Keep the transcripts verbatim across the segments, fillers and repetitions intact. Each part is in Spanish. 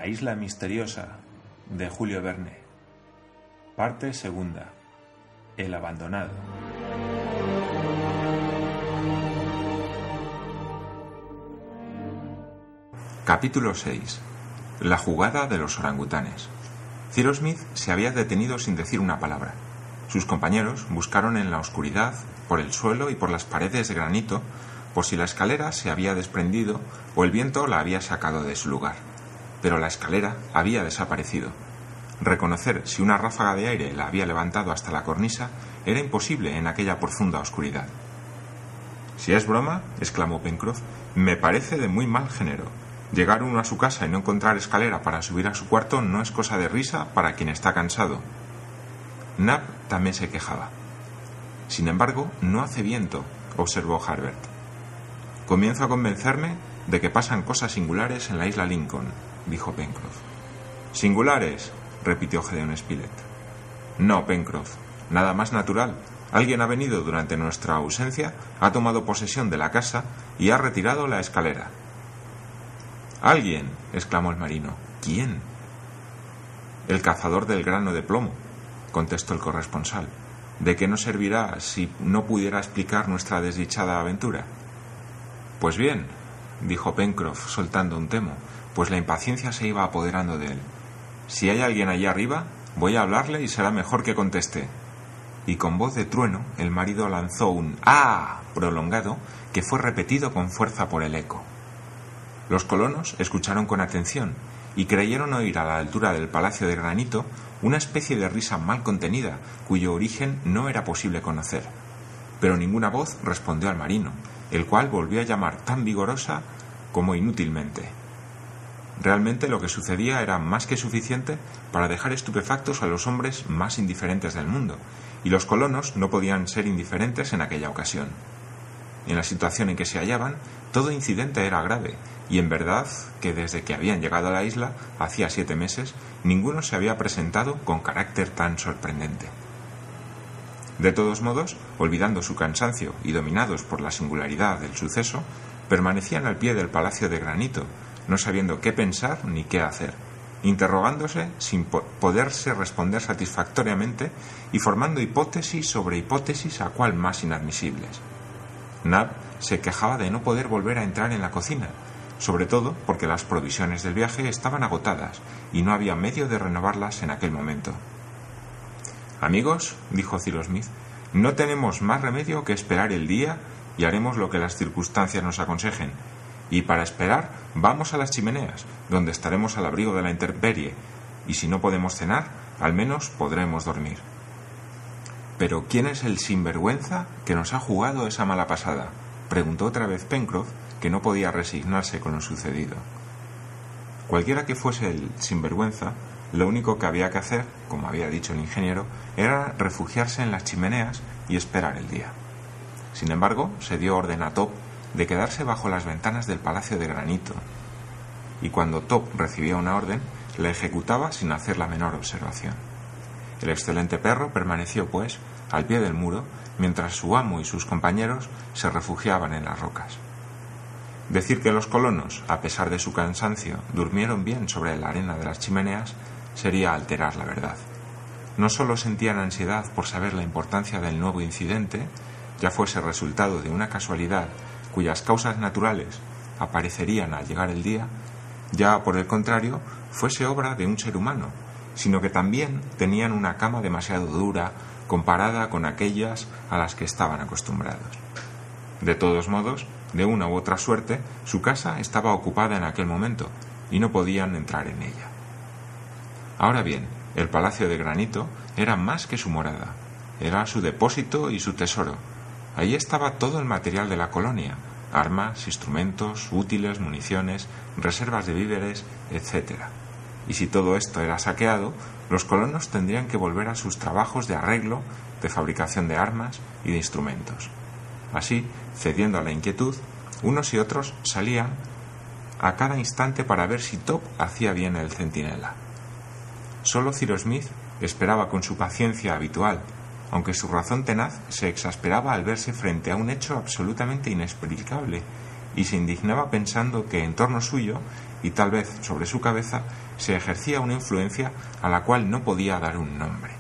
isla misteriosa de Julio Verne. Parte segunda. El abandonado. Capítulo seis. La jugada de los orangutanes. Cyrus Smith se había detenido sin decir una palabra. Sus compañeros buscaron en la oscuridad, por el suelo y por las paredes de granito, por si la escalera se había desprendido o el viento la había sacado de su lugar. Pero la escalera había desaparecido. Reconocer si una ráfaga de aire la había levantado hasta la cornisa era imposible en aquella profunda oscuridad. «Si es broma», exclamó Pencroff, «me parece de muy mal género. Llegar uno a su casa y no encontrar escalera para subir a su cuarto no es cosa de risa para quien está cansado». Nab también se quejaba. «Sin embargo, no hace viento», observó Harbert. «Comienzo a convencerme de que pasan cosas singulares en la isla Lincoln», dijo Pencroff. «¿Singulares?», repitió Gédéon Spilett. «No, Pencroff, nada más natural. Alguien ha venido durante nuestra ausencia, ha tomado posesión de la casa y ha retirado la escalera». «¿Alguien?», exclamó el marino. «¿Quién?». «El cazador del grano de plomo», contestó el corresponsal. «¿De qué nos servirá si no pudiera explicar nuestra desdichada aventura?». «Pues bien», dijo Pencroff soltando un temo, pues la impaciencia se iba apoderando de él. «Si hay alguien allí arriba, voy a hablarle y será mejor que conteste». Y con voz de trueno el marido lanzó un «¡Ah!» prolongado que fue repetido con fuerza por el eco. Los colonos escucharon con atención y creyeron oír a la altura del palacio de granito una especie de risa mal contenida cuyo origen no era posible conocer. Pero ninguna voz respondió al marino, el cual volvió a llamar tan vigorosa como inútilmente. Realmente lo que sucedía era más que suficiente para dejar estupefactos a los hombres más indiferentes del mundo, y los colonos no podían ser indiferentes en aquella ocasión. En la situación en que se hallaban, todo incidente era grave, y en verdad que desde que habían llegado a la isla, hacía siete meses, ninguno se había presentado con carácter tan sorprendente. De todos modos, olvidando su cansancio y dominados por la singularidad del suceso, permanecían al pie del palacio de granito, no sabiendo qué pensar ni qué hacer, interrogándose sin po- poderse responder satisfactoriamente y formando hipótesis sobre hipótesis a cual más inadmisibles. Nab se quejaba de no poder volver a entrar en la cocina, sobre todo porque las provisiones del viaje estaban agotadas y no había medio de renovarlas en aquel momento. «Amigos», dijo Cyrus Smith, «no tenemos más remedio que esperar el día y haremos lo que las circunstancias nos aconsejen. Y para esperar, vamos a las chimeneas, donde estaremos al abrigo de la intemperie, y si no podemos cenar, al menos podremos dormir». «¿Pero quién es el sinvergüenza que nos ha jugado esa mala pasada?», preguntó otra vez Pencroff, que no podía resignarse con lo sucedido. Cualquiera que fuese el sinvergüenza, lo único que había que hacer, como había dicho el ingeniero, era refugiarse en las chimeneas y esperar el día. Sin embargo, se dio orden a Top de quedarse bajo las ventanas del palacio de granito, y cuando Top recibía una orden, la ejecutaba sin hacer la menor observación. El excelente perro permaneció, pues, al pie del muro, mientras su amo y sus compañeros se refugiaban en las rocas. Decir que los colonos, a pesar de su cansancio, durmieron bien sobre la arena de las chimeneas sería alterar la verdad. No solo sentían ansiedad por saber la importancia del nuevo incidente, ya fuese resultado de una casualidad cuyas causas naturales aparecerían al llegar el día, ya por el contrario fuese obra de un ser humano, sino que también tenían una cama demasiado dura comparada con aquellas a las que estaban acostumbrados. De todos modos, de una u otra suerte, su casa estaba ocupada en aquel momento y no podían entrar en ella. Ahora bien, el palacio de granito era más que su morada, era su depósito y su tesoro. Allí estaba todo el material de la colonia, armas, instrumentos, útiles, municiones, reservas de víveres, etcétera. Y si todo esto era saqueado, los colonos tendrían que volver a sus trabajos de arreglo, de fabricación de armas y de instrumentos. Así, cediendo a la inquietud, unos y otros salían a cada instante para ver si Top hacía bien el centinela. Solo Cyrus Smith esperaba con su paciencia habitual, aunque su razón tenaz se exasperaba al verse frente a un hecho absolutamente inexplicable y se indignaba pensando que en torno suyo, y tal vez sobre su cabeza, se ejercía una influencia a la cual no podía dar un nombre.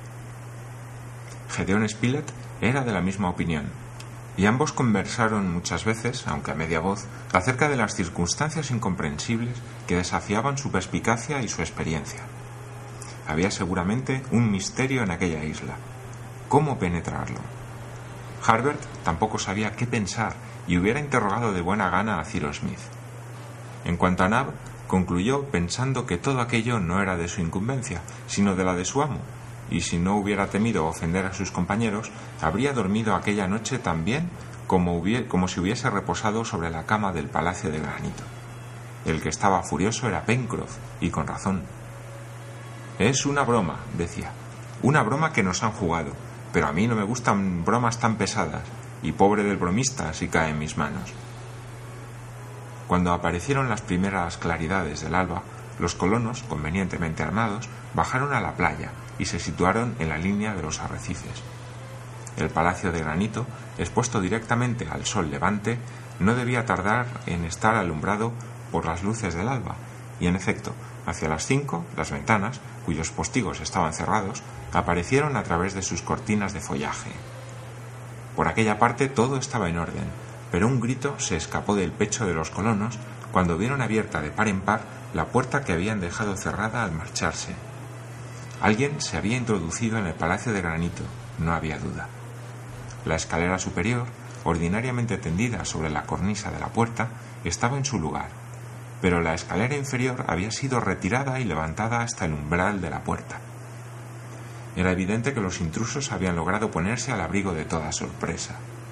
Gédéon Spilett era de la misma opinión, y ambos conversaron muchas veces, aunque a media voz, acerca de las circunstancias incomprensibles que desafiaban su perspicacia y su experiencia. Había seguramente un misterio en aquella isla. ¿Cómo penetrarlo? Harbert tampoco sabía qué pensar y hubiera interrogado de buena gana a Cyrus Smith. En cuanto a Nab, concluyó pensando que todo aquello no era de su incumbencia, sino de la de su amo, y si no hubiera temido ofender a sus compañeros, habría dormido aquella noche tan bien como, hubiera, como si hubiese reposado sobre la cama del Palacio de Granito. El que estaba furioso era Pencroff, y con razón. «Es una broma», decía, «una broma que nos han jugado, pero a mí no me gustan bromas tan pesadas, y pobre del bromista si cae en mis manos». Cuando aparecieron las primeras claridades del alba, los colonos, convenientemente armados, bajaron a la playa y se situaron en la línea de los arrecifes. El Palacio de Granito, expuesto directamente al sol levante, no debía tardar en estar alumbrado por las luces del alba, y en efecto, hacia las cinco, las ventanas, cuyos postigos estaban cerrados, aparecieron a través de sus cortinas de follaje. Por aquella parte todo estaba en orden, pero un grito se escapó del pecho de los colonos cuando vieron abierta de par en par la puerta que habían dejado cerrada al marcharse. Alguien se había introducido en el Palacio de Granito, no había duda. La escalera superior, ordinariamente tendida sobre la cornisa de la puerta, estaba en su lugar, pero la escalera inferior había sido retirada y levantada hasta el umbral de la puerta. Era evidente que los intrusos habían logrado ponerse al abrigo de toda sorpresa.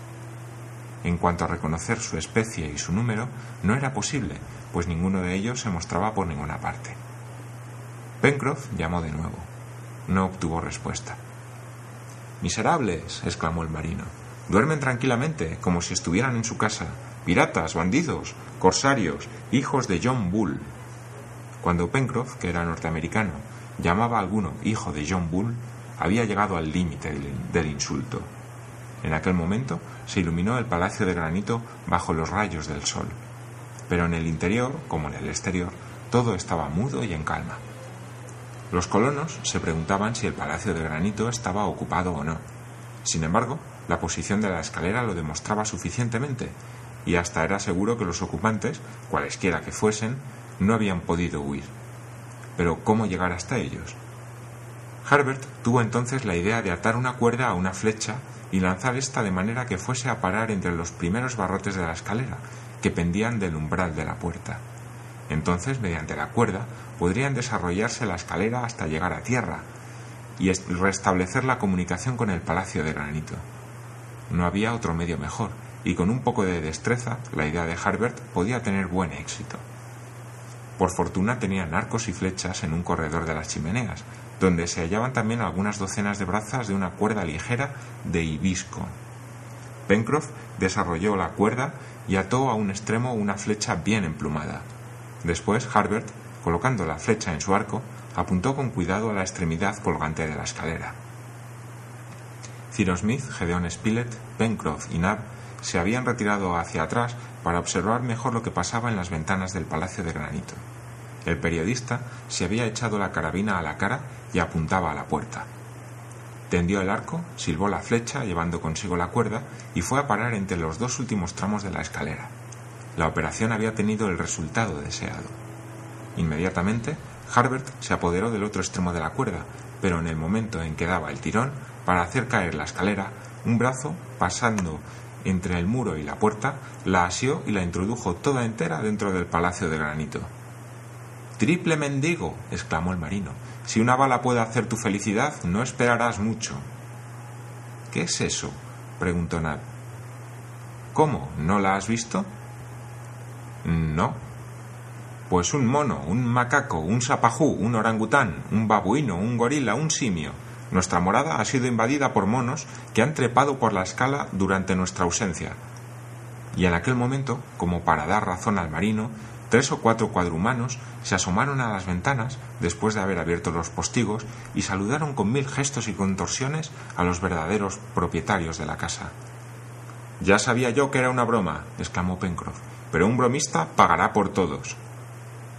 En cuanto a reconocer su especie y su número, no era posible, pues ninguno de ellos se mostraba por ninguna parte. Pencroff llamó de nuevo. No obtuvo respuesta. «¡Miserables!», exclamó el marino. «Duermen tranquilamente, como si estuvieran en su casa. Piratas, bandidos, corsarios, hijos de John Bull». Cuando Pencroff, que era norteamericano, llamaba a alguno hijo de John Bull, había llegado al límite del, del insulto. En aquel momento se iluminó el Palacio de Granito bajo los rayos del sol, pero en el interior, como en el exterior, todo estaba mudo y en calma. Los colonos se preguntaban si el Palacio de Granito estaba ocupado o no. Sin embargo, la posición de la escalera lo demostraba suficientemente, y hasta era seguro que los ocupantes, cualesquiera que fuesen, no habían podido huir. Pero ¿cómo llegar hasta ellos? Harbert tuvo entonces la idea de atar una cuerda a una flecha y lanzar ésta de manera que fuese a parar entre los primeros barrotes de la escalera, que pendían del umbral de la puerta. Entonces, mediante la cuerda, podrían desarrollarse la escalera hasta llegar a tierra y restablecer la comunicación con el Palacio de Granito. No había otro medio mejor, y con un poco de destreza, la idea de Harbert podía tener buen éxito. Por fortuna tenían arcos y flechas en un corredor de las chimeneas, donde se hallaban también algunas docenas de brazas de una cuerda ligera de hibisco. Pencroff desarrolló la cuerda y ató a un extremo una flecha bien emplumada. Después Harbert, colocando la flecha en su arco, apuntó con cuidado a la extremidad colgante de la escalera. Cyrus Smith, Gédéon Spilett, Pencroff y Nab se habían retirado hacia atrás para observar mejor lo que pasaba en las ventanas del Palacio de Granito. El periodista se había echado la carabina a la cara y apuntaba a la puerta. Tendió el arco, silbó la flecha llevando consigo la cuerda y fue a parar entre los dos últimos tramos de la escalera. La operación había tenido el resultado deseado. Inmediatamente, Harbert se apoderó del otro extremo de la cuerda, pero en el momento en que daba el tirón para hacer caer la escalera, un brazo, pasando entre el muro y la puerta, la asió y la introdujo toda entera dentro del Palacio de Granito. «¡Triple mendigo!», exclamó el marino. «Si una bala puede hacer tu felicidad, no esperarás mucho». «¿Qué es eso?», preguntó Nab. «¿Cómo? ¿No la has visto?» «No». «Pues un mono, un macaco, un sapajú, un orangután, un babuino, un gorila, un simio. Nuestra morada ha sido invadida por monos que han trepado por la escala durante nuestra ausencia». Y en aquel momento, como para dar razón al marino, tres o cuatro cuadrumanos se asomaron a las ventanas después de haber abierto los postigos y saludaron con mil gestos y contorsiones a los verdaderos propietarios de la casa. «Ya sabía yo que era una broma», exclamó Pencroff, «pero un bromista pagará por todos».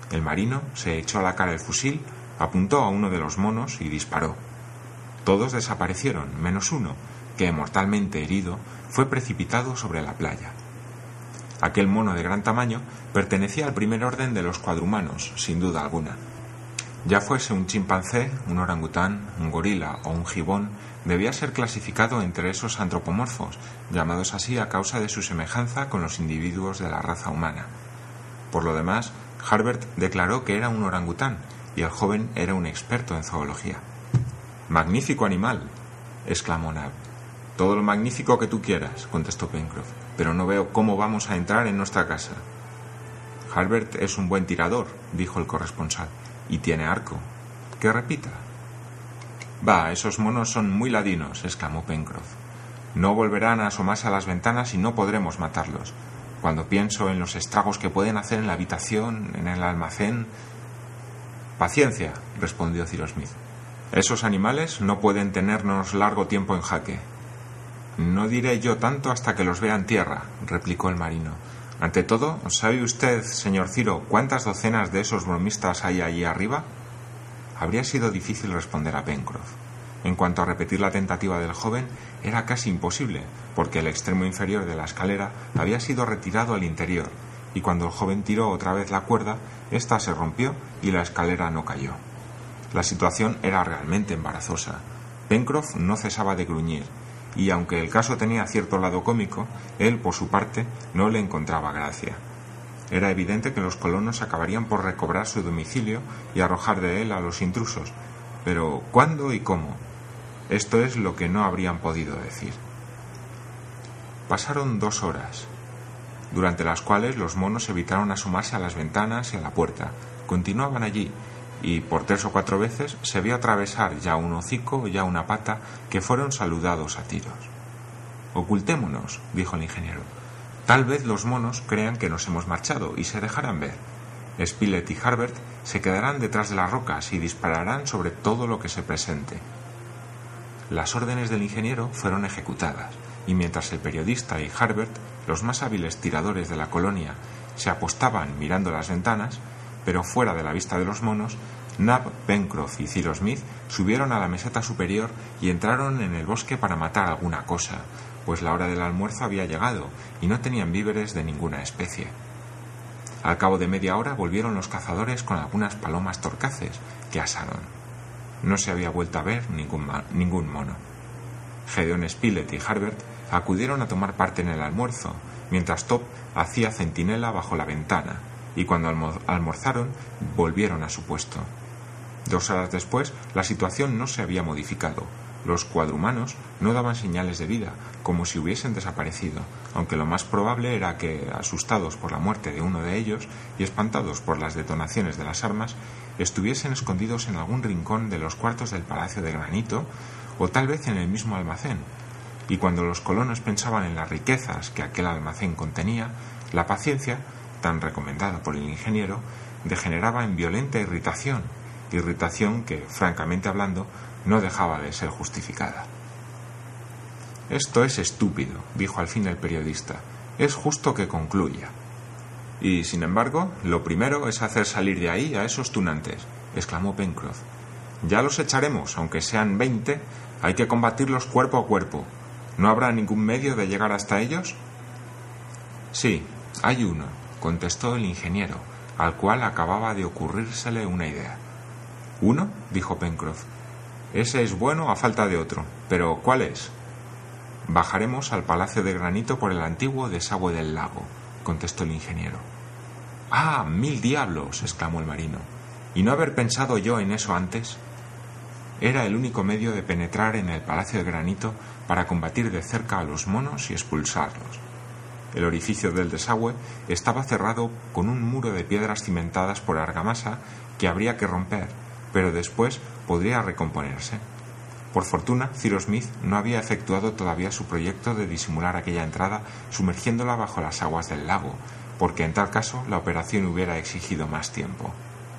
El marino se echó a la cara el fusil, apuntó a uno de los monos y disparó. Todos desaparecieron, menos uno, que, mortalmente herido, fue precipitado sobre la playa. Aquel mono de gran tamaño pertenecía al primer orden de los cuadrumanos, sin duda alguna. Ya fuese un chimpancé, un orangután, un gorila o un gibón, debía ser clasificado entre esos antropomorfos, llamados así a causa de su semejanza con los individuos de la raza humana. Por lo demás, Harbert declaró que era un orangután, y el joven era un experto en zoología. «¡Magnífico animal!», exclamó Nab. «Todo lo magnífico que tú quieras», contestó Pencroff, «pero no veo cómo vamos a entrar en nuestra casa». «Harbert es un buen tirador», dijo el corresponsal, «y tiene arco. Que repita». «Bah, esos monos son muy ladinos», exclamó Pencroff. «No volverán a asomarse a las ventanas y no podremos matarlos. Cuando pienso en los estragos que pueden hacer en la habitación, en el almacén...» «Paciencia», respondió Cyrus Smith. «Esos animales no pueden tenernos largo tiempo en jaque». «No diré yo tanto hasta que los vea en tierra», replicó el marino. «Ante todo, ¿sabe usted, señor Ciro, cuántas docenas de esos bromistas hay allí arriba?» Habría sido difícil responder a Pencroff. En cuanto a repetir la tentativa del joven, era casi imposible, porque el extremo inferior de la escalera había sido retirado al interior, y cuando el joven tiró otra vez la cuerda, ésta se rompió y la escalera no cayó. La situación era realmente embarazosa. Pencroff no cesaba de gruñir, y aunque el caso tenía cierto lado cómico, él, por su parte, no le encontraba gracia. Era evidente que los colonos acabarían por recobrar su domicilio y arrojar de él a los intrusos, pero ¿cuándo y cómo? Esto es lo que no habrían podido decir. Pasaron dos horas, durante las cuales los monos evitaron asomarse a las ventanas y a la puerta. Continuaban allí, y por tres o cuatro veces se vio atravesar ya un hocico, ya una pata, que fueron saludados a tiros. «Ocultémonos», dijo el ingeniero. «Tal vez los monos crean que nos hemos marchado y se dejarán ver. Spilett y Harbert se quedarán detrás de las rocas y dispararán sobre todo lo que se presente». Las órdenes del ingeniero fueron ejecutadas, y mientras el periodista y Harbert, los más hábiles tiradores de la colonia, se apostaban mirando las ventanas, pero fuera de la vista de los monos, Nab, Pencroff y Cyrus Smith subieron a la meseta superior y entraron en el bosque para matar alguna cosa, pues la hora del almuerzo había llegado y no tenían víveres de ninguna especie. Al cabo de media hora volvieron los cazadores con algunas palomas torcaces que asaron. No se había vuelto a ver ningún, ningún mono. Gédéon Spilett y Harbert acudieron a tomar parte en el almuerzo, mientras Top hacía centinela bajo la ventana, y cuando almorzaron volvieron a su puesto. Dos horas después la situación no se había modificado. Los cuadrumanos no daban señales de vida, como si hubiesen desaparecido, aunque lo más probable era que, asustados por la muerte de uno de ellos y espantados por las detonaciones de las armas, estuviesen escondidos en algún rincón de los cuartos del Palacio de Granito o tal vez en el mismo almacén. Y cuando los colonos pensaban en las riquezas que aquel almacén contenía, la paciencia, tan recomendada por el ingeniero, degeneraba en violenta irritación, irritación que, francamente hablando, no dejaba de ser justificada. «Esto es estúpido», dijo al fin el periodista. «Es justo que concluya». «Y, sin embargo, lo primero es hacer salir de ahí a esos tunantes», exclamó Pencroff. «Ya los echaremos, aunque sean veinte, hay que combatirlos cuerpo a cuerpo. ¿No habrá ningún medio de llegar hasta ellos?» «Sí, hay uno», contestó el ingeniero, al cual acababa de ocurrírsele una idea. «¿Uno?», dijo Pencroff. «Ese es bueno a falta de otro. ¿Pero cuál es?» «Bajaremos al Palacio de Granito por el antiguo desagüe del lago», contestó el ingeniero. «¡Ah, mil diablos!», exclamó el marino. «¿Y no haber pensado yo en eso antes?». Era el único medio de penetrar en el Palacio de Granito para combatir de cerca a los monos y expulsarlos. El orificio del desagüe estaba cerrado con un muro de piedras cimentadas por argamasa que habría que romper, pero después podría recomponerse. Por fortuna, Cyrus Smith no había efectuado todavía su proyecto de disimular aquella entrada sumergiéndola bajo las aguas del lago, porque en tal caso la operación hubiera exigido más tiempo.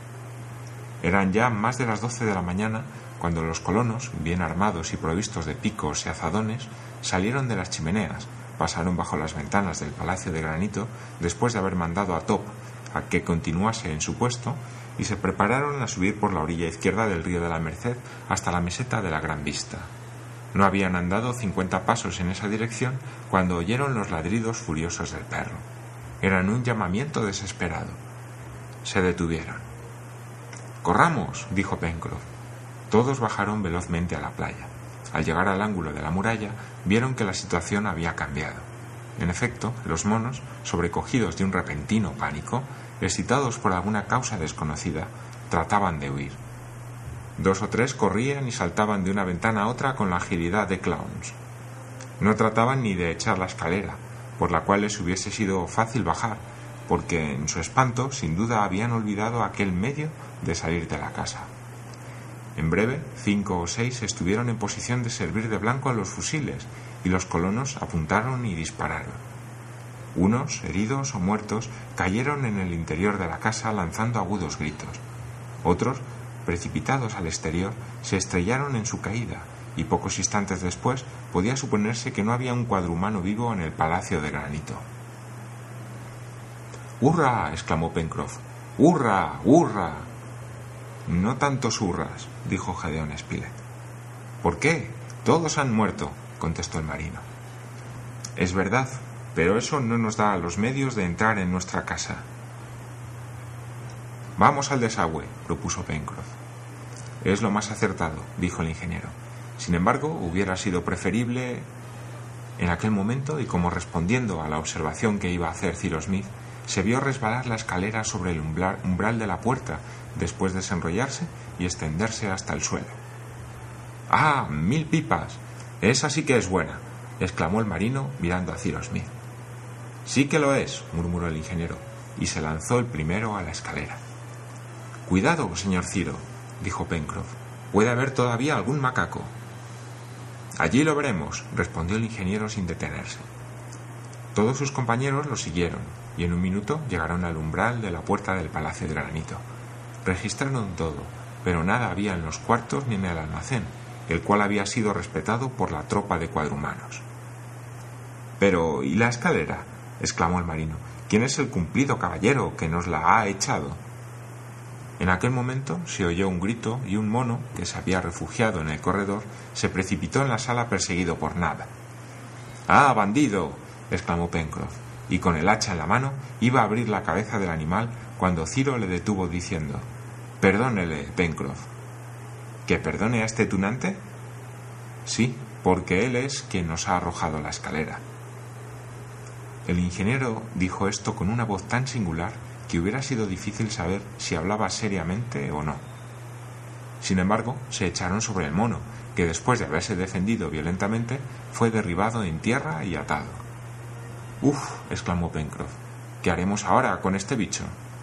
Eran ya más de las doce de la mañana cuando los colonos, bien armados y provistos de picos y azadones, salieron de las chimeneas, pasaron bajo las ventanas del Palacio de Granito después de haber mandado a Top, a que continuase en su puesto y se prepararon a subir por la orilla izquierda del río de la Merced hasta la meseta de la Gran Vista. No habían andado cincuenta pasos en esa dirección cuando oyeron los ladridos furiosos del perro. Eran un llamamiento desesperado. Se detuvieron. «¡Corramos!», dijo Pencroff. Todos bajaron velozmente a la playa. Al llegar al ángulo de la muralla, vieron que la situación había cambiado. En efecto, los monos, sobrecogidos de un repentino pánico, excitados por alguna causa desconocida, trataban de huir. Dos o tres corrían y saltaban de una ventana a otra con la agilidad de clowns. No trataban ni de echar la escalera, por la cual les hubiese sido fácil bajar, porque en su espanto sin duda habían olvidado aquel medio de salir de la casa. En breve, cinco o seis estuvieron en posición de servir de blanco a los fusiles, y los colonos apuntaron y dispararon. Unos, heridos o muertos, cayeron en el interior de la casa lanzando agudos gritos. Otros, precipitados al exterior, se estrellaron en su caída, y pocos instantes después podía suponerse que no había un cuadrumano vivo en el palacio de granito. «¡Hurra!», exclamó Pencroff. «¡Hurra! ¡Hurra!». «No tantos hurras», dijo Gedeón Spilett. «¿Por qué? Todos han muerto», contestó el marino. «Es verdad, pero eso no nos da los medios de entrar en nuestra casa». «Vamos al desagüe», propuso Pencroff. «Es lo más acertado», dijo el ingeniero. «Sin embargo, hubiera sido preferible...». En aquel momento, y como respondiendo a la observación que iba a hacer Cyrus Smith, se vio resbalar la escalera sobre el umbral, umbral de la puerta, después desenrollarse y extenderse hasta el suelo. «¡Ah, mil pipas! Esa sí que es buena», exclamó el marino mirando a Cyrus Smith. «Sí que lo es», murmuró el ingeniero, y se lanzó el primero a la escalera. «Cuidado, señor Ciro», dijo Pencroff. «Puede haber todavía algún macaco». «Allí lo veremos», respondió el ingeniero sin detenerse. Todos sus compañeros lo siguieron, y en un minuto llegaron al umbral de la puerta del Palacio de Granito. Registraron todo, pero nada había en los cuartos ni en el almacén, el cual había sido respetado por la tropa de cuadrumanos. «Pero, ¿y la escalera?», exclamó el marino. «¿Quién es el cumplido caballero que nos la ha echado?». En aquel momento se oyó un grito y un mono, que se había refugiado en el corredor, se precipitó en la sala perseguido por Nab. «¡Ah, bandido!», exclamó Pencroff, y con el hacha en la mano iba a abrir la cabeza del animal cuando Ciro le detuvo diciendo: «Perdónele, Pencroff». ¿Que perdone a este tunante? Sí, porque él es quien nos ha arrojado la escalera. El ingeniero dijo esto con una voz tan singular que hubiera sido difícil saber si hablaba seriamente o no. Sin embargo, se echaron sobre el mono, que después de haberse defendido violentamente, fue derribado en tierra y atado. «¡Uf!», exclamó Pencroff, «¿qué haremos ahora con este bicho?».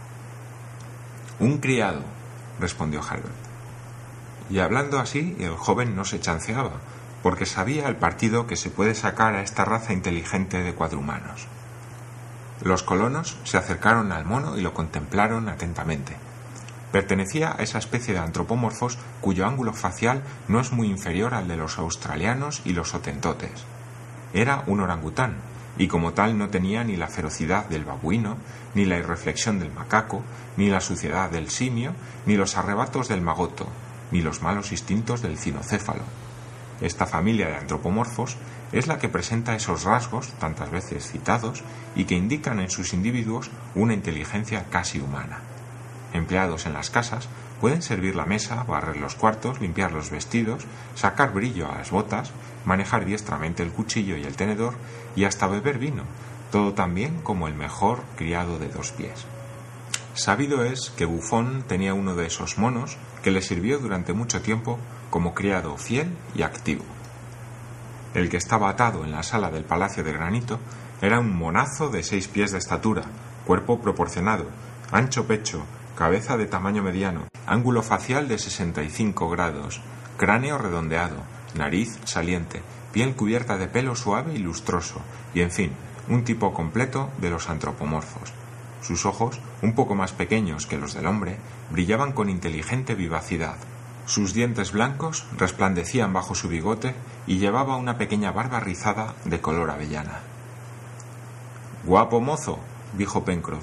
«Un criado», respondió Harbert. Y hablando así, el joven no se chanceaba, porque sabía el partido que se puede sacar a esta raza inteligente de cuadrumanos. Los colonos se acercaron al mono y lo contemplaron atentamente. Pertenecía a esa especie de antropomorfos cuyo ángulo facial no es muy inferior al de los australianos y los hotentotes. Era un orangután, y como tal no tenía ni la ferocidad del babuino, ni la irreflexión del macaco, ni la suciedad del simio, ni los arrebatos del magoto, ni los malos instintos del cinocéfalo. Esta familia de antropomorfos es la que presenta esos rasgos, tantas veces citados, y que indican en sus individuos una inteligencia casi humana. Empleados en las casas, pueden servir la mesa, barrer los cuartos, limpiar los vestidos, sacar brillo a las botas, manejar diestramente el cuchillo y el tenedor, y hasta beber vino, todo tan bien como el mejor criado de dos pies. Sabido es que Buffon tenía uno de esos monos que le sirvió durante mucho tiempo como criado fiel y activo. El que estaba atado en la sala del Palacio de Granito era un monazo de seis pies de estatura, cuerpo proporcionado, ancho pecho, cabeza de tamaño mediano, ángulo facial de sesenta y cinco grados, cráneo redondeado, nariz saliente, piel cubierta de pelo suave y lustroso, y en fin, un tipo completo de los antropomorfos. Sus ojos, un poco más pequeños que los del hombre, brillaban con inteligente vivacidad. Sus dientes blancos resplandecían bajo su bigote y llevaba una pequeña barba rizada de color avellana. «Guapo mozo», dijo Pencroff,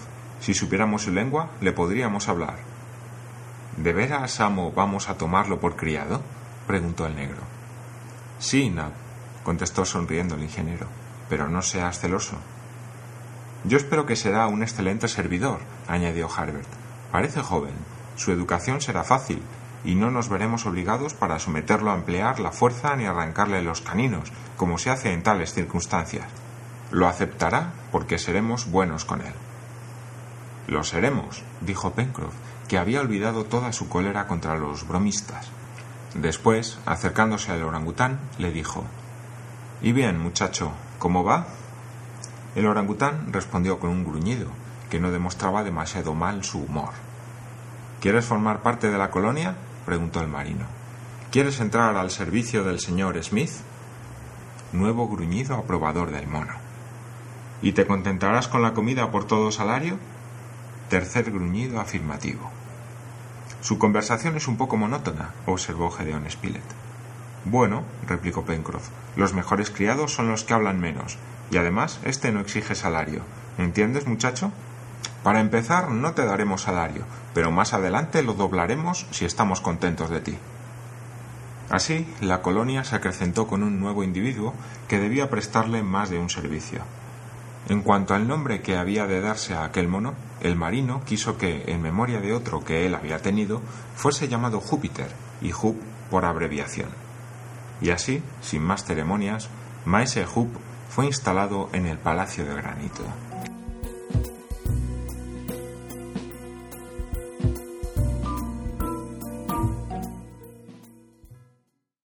Si supiéramos su lengua, le podríamos hablar. ¿De veras, amo, vamos a tomarlo por criado?, preguntó el negro. Sí, Nab, contestó sonriendo el ingeniero, pero no seas celoso. Yo espero que será un excelente servidor, añadió Harbert. Parece joven, su educación será fácil, y no nos veremos obligados para someterlo a emplear la fuerza ni arrancarle los caninos, como se hace en tales circunstancias. Lo aceptará porque seremos buenos con él. Lo seremos, dijo Pencroff, que había olvidado toda su cólera contra los bromistas. Después, acercándose al orangután, le dijo: «Y bien, muchacho, ¿cómo va?». El orangután respondió con un gruñido, que no demostraba demasiado mal su humor. «¿Quieres formar parte de la colonia?», preguntó el marino. «¿Quieres entrar al servicio del señor Smith?». Nuevo gruñido aprobador del mono. «¿Y te contentarás con la comida por todo salario?». Tercer gruñido afirmativo. «Su conversación es un poco monótona», observó Gedeón Spilett. «Bueno», replicó Pencroff, «los mejores criados son los que hablan menos, y además este no exige salario. ¿Entiendes, muchacho? Para empezar, no te daremos salario, pero más adelante lo doblaremos si estamos contentos de ti». Así, la colonia se acrecentó con un nuevo individuo que debía prestarle más de un servicio. En cuanto al nombre que había de darse a aquel mono, el marino quiso que, en memoria de otro que él había tenido, fuese llamado Júpiter, y Jup por abreviación. Y así, sin más ceremonias, Maese Jup fue instalado en el Palacio de Granito.